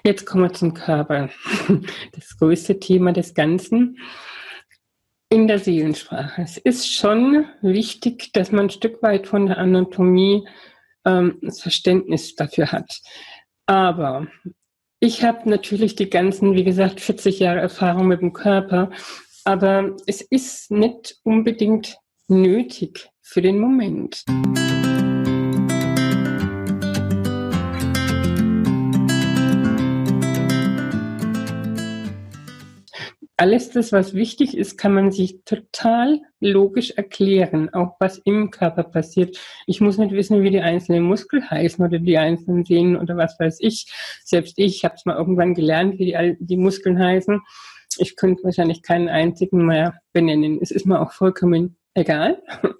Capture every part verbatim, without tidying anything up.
Jetzt kommen wir zum Körper. Das größte Thema des Ganzen in der Seelensprache. Es ist schon wichtig, dass man ein Stück weit von der Anatomie ähm, das Verständnis dafür hat. Aber ich habe natürlich die ganzen, wie gesagt, vierzig Jahre Erfahrung mit dem Körper, aber es ist nicht unbedingt nötig für den Moment. Alles das, was wichtig ist, kann man sich total logisch erklären, auch was im Körper passiert. Ich muss nicht wissen, wie die einzelnen Muskeln heißen oder die einzelnen Sehnen oder was weiß ich. Selbst ich habe es mal irgendwann gelernt, wie die, die Muskeln heißen. Ich könnte wahrscheinlich keinen einzigen mehr benennen. Es ist mir auch vollkommen egal,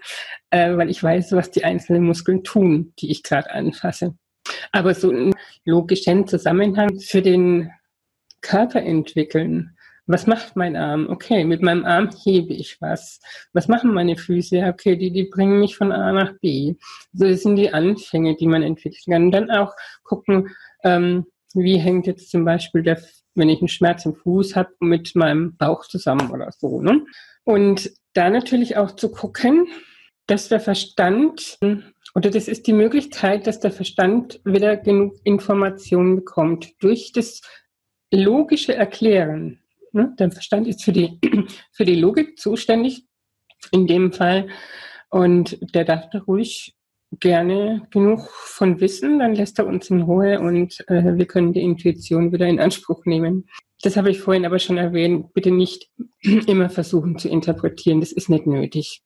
äh, weil ich weiß, was die einzelnen Muskeln tun, die ich gerade anfasse. Aber so einen logischen Zusammenhang für den Körper entwickeln. Was macht mein Arm? Okay, mit meinem Arm hebe ich was. Was machen meine Füße? Okay, die, die bringen mich von A nach B. So, das sind die Anfänge, die man entwickeln kann. Und dann auch gucken, ähm, wie hängt jetzt zum Beispiel, der, wenn ich einen Schmerz im Fuß habe, mit meinem Bauch zusammen oder so. Ne? Und da natürlich auch zu gucken, dass der Verstand, oder das ist die Möglichkeit, dass der Verstand wieder genug Informationen bekommt durch das logische Erklären. Der Verstand ist für die, für die Logik zuständig, in dem Fall. Und der darf da ruhig gerne genug von wissen, dann lässt er uns in Ruhe und äh, wir können die Intuition wieder in Anspruch nehmen. Das habe ich vorhin aber schon erwähnt. Bitte nicht immer versuchen zu interpretieren, das ist nicht nötig.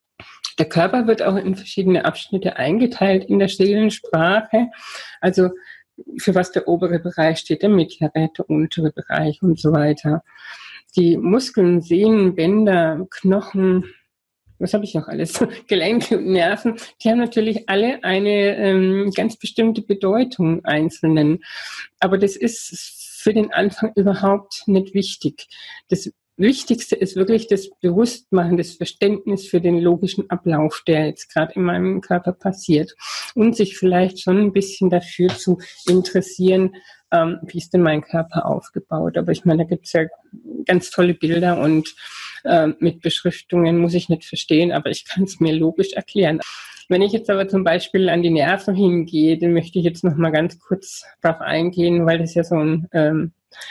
Der Körper wird auch in verschiedene Abschnitte eingeteilt in der Seelensprache. Also für was der obere Bereich steht, der mittlere, der untere Bereich und so weiter. Die Muskeln, Sehnen, Bänder, Knochen, was habe ich noch alles? Gelenke und Nerven, die haben natürlich alle eine ähm, ganz bestimmte Bedeutung einzelnen. Aber das ist für den Anfang überhaupt nicht wichtig. Das Wichtigste ist wirklich das Bewusstmachen, das Verständnis für den logischen Ablauf, der jetzt gerade in meinem Körper passiert. Und sich vielleicht schon ein bisschen dafür zu interessieren, ähm, wie ist denn mein Körper aufgebaut. Aber ich meine, da gibt es ja ganz tolle Bilder und äh, mit Beschriftungen muss ich nicht verstehen, aber ich kann es mir logisch erklären. Wenn ich jetzt aber zum Beispiel an die Nerven hingehe, dann möchte ich jetzt noch mal ganz kurz darauf eingehen, weil das ja so ein ähm,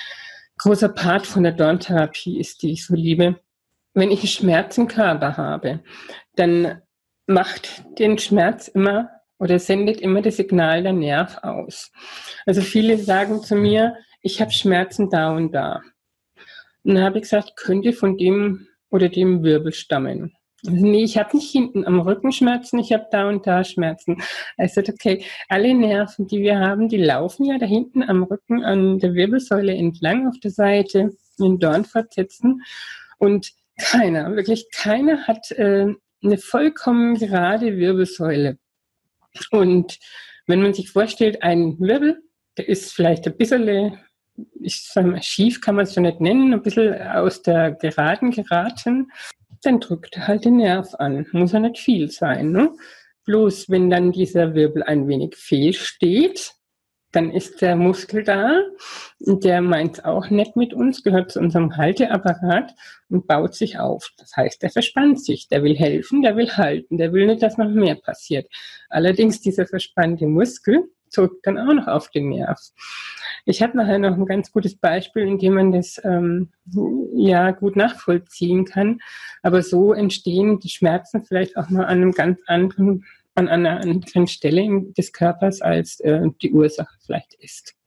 großer Part von der Dorntherapie ist, die ich so liebe. Wenn ich einen Schmerz im Körper habe, dann macht den Schmerz immer oder sendet immer das Signal der Nerv aus. Also viele sagen zu mir, ich habe Schmerzen da und da. Und dann habe ich gesagt, könnte von dem oder dem Wirbel stammen. Also nee, ich habe nicht hinten am Rücken Schmerzen, ich habe da und da Schmerzen. Also okay, alle Nerven, die wir haben, die laufen ja da hinten am Rücken an der Wirbelsäule entlang auf der Seite in Dornfortsätzen. Und keiner, wirklich keiner hat äh, eine vollkommen gerade Wirbelsäule. Und wenn man sich vorstellt, ein Wirbel, der ist vielleicht ein bisschen, ich sag mal, schief kann man es schon nicht nennen, ein bisschen aus der Geraden geraten, dann drückt er halt den Nerv an. Muss ja nicht viel sein, ne? Bloß wenn dann dieser Wirbel ein wenig fehlsteht, dann ist der Muskel da und der meint es auch nicht mit uns, gehört zu unserem Halteapparat und baut sich auf. Das heißt, der verspannt sich, der will helfen, der will halten, der will nicht, dass noch mehr passiert. Allerdings dieser verspannte Muskel drückt dann auch noch auf den Nerv. Ich habe nachher noch ein ganz gutes Beispiel, in dem man das ähm, ja gut nachvollziehen kann. Aber so entstehen die Schmerzen vielleicht auch mal an einem ganz anderen, an einer anderen Stelle des Körpers, als äh, die Ursache vielleicht ist.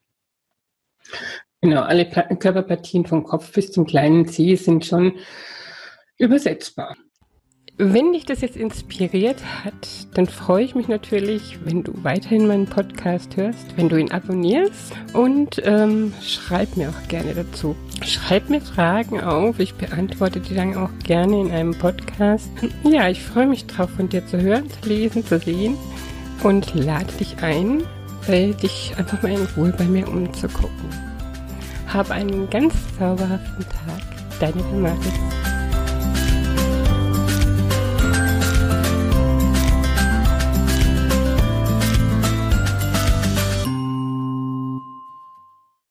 Genau, alle pa- Körperpartien vom Kopf bis zum kleinen Zeh sind schon übersetzbar. Wenn dich das jetzt inspiriert hat, dann freue ich mich natürlich, wenn du weiterhin meinen Podcast hörst, wenn du ihn abonnierst und ähm, schreib mir auch gerne dazu. Schreib mir Fragen auf, ich beantworte die dann auch gerne in einem Podcast. Ja, ich freue mich drauf, von dir zu hören, zu lesen, zu sehen und lade dich ein, äh, dich einfach mal in Ruhe bei mir umzugucken. Hab einen ganz zauberhaften Tag. Deine Damaris.